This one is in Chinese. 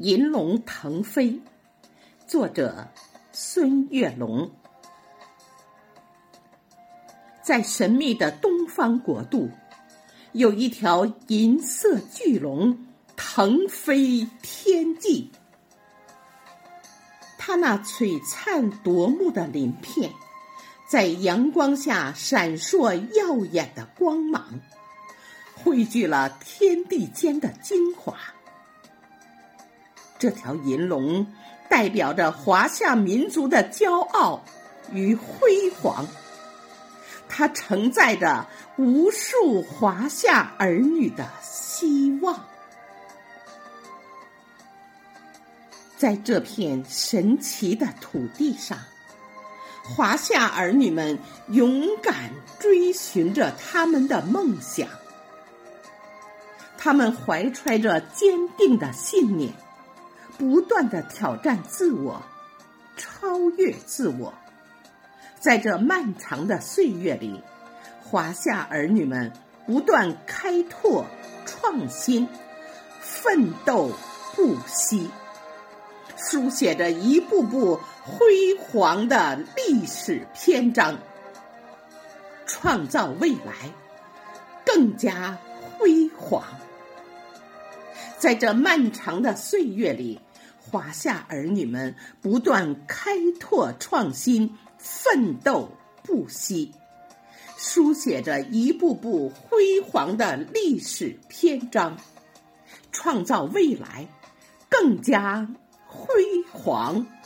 银龙腾飞，作者孙月龙。在神秘的东方国度，有一条银色巨龙腾飞天际，它那璀璨夺目的鳞片在阳光下闪烁耀眼的光芒，汇聚了天地间的精华。这条银龙代表着华夏民族的骄傲与辉煌，它承载着无数华夏儿女的希望。在这片神奇的土地上，华夏儿女们勇敢追寻着他们的梦想，他们怀揣着坚定的信念，不断地挑战自我，超越自我。在这漫长的岁月里，华夏儿女们不断开拓创新，奋斗不息，书写着一步步辉煌的历史篇章，创造未来更加辉煌。在这漫长的岁月里，华夏儿女们不断开拓创新，奋斗不息，书写着一步步辉煌的历史篇章，创造未来更加辉煌。